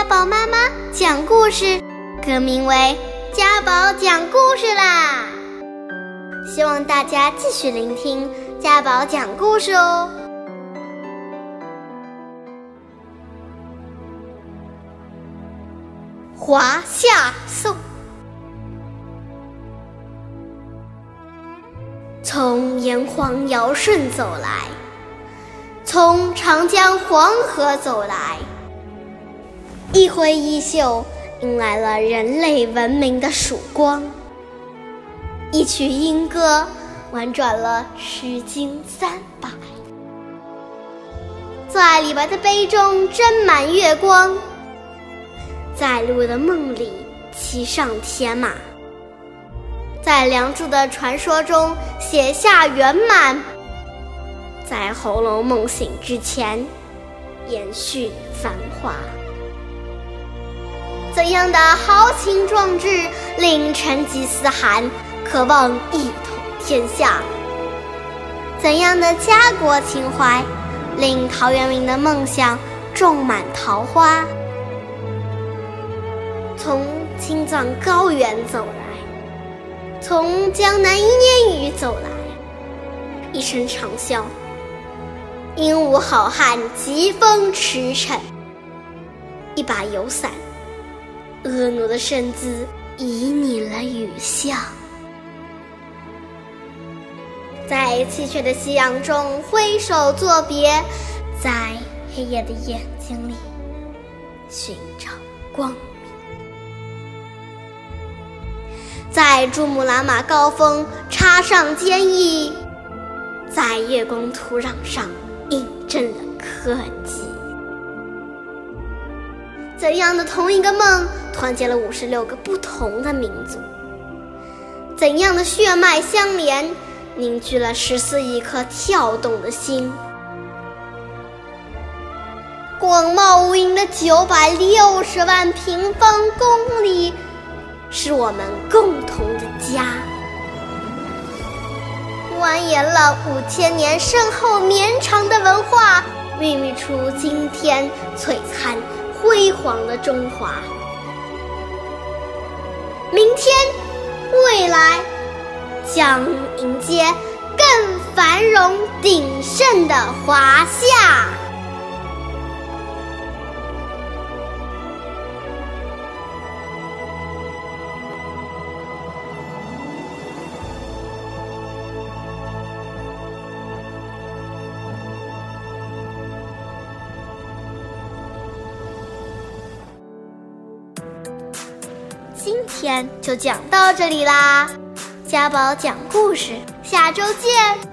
家宝妈妈讲故事，更名为家宝讲故事啦！希望大家继续聆听家宝讲故事哦。华夏颂，从炎黄尧舜走来，从长江黄河走来，一挥衣袖，迎来了人类文明的曙光。一曲莺歌，婉转了诗经300。在李白的杯中斟满月光，在陆的梦里骑上铁马，在梁祝的传说中写下圆满，在《红楼梦》醒之前延续繁华。怎样的豪情壮志令成吉思汗渴望一统天下？怎样的家国情怀令陶渊明的梦想种满桃花？从青藏高原走来，从江南一念雨走来，一声长啸，鹦鹉好汉疾风驰骋，一把油伞，婀娜的身姿旖旎了雨巷。在凄阙的夕阳中挥手作别，在黑夜的眼睛里寻找光明。在珠穆朗玛高峰插上坚毅，在月光土壤上印证了科技。怎样的同一个梦团结了56个不同的民族？怎样的血脉相连凝聚了14亿颗跳动的心？广袤无垠的960万平方公里是我们共同的家，蜿蜒了5000年深厚绵长的文化，孕育出今天璀璨辉煌的中华。明天未来将迎接更繁荣鼎盛的华夏。今天就讲到这里啦，家宝讲故事，下周见。